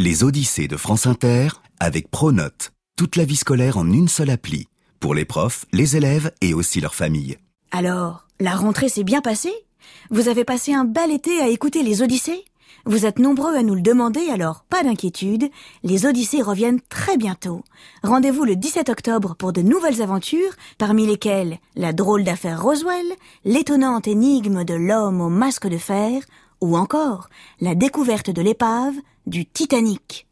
Les Odyssées de France Inter avec Pronote. Toute la vie scolaire en une seule appli. Pour les profs, les élèves et aussi leurs familles. Alors, la rentrée s'est bien passée ? Vous avez passé un bel été à écouter les Odyssées ? Vous êtes nombreux à nous le demander, alors pas d'inquiétude, les Odyssées reviennent très bientôt. Rendez-vous le 17 octobre pour de nouvelles aventures, parmi lesquelles la drôle d'affaire Roswell, l'étonnante énigme de l'homme au masque de fer, ou encore la découverte de l'épave du Titanic.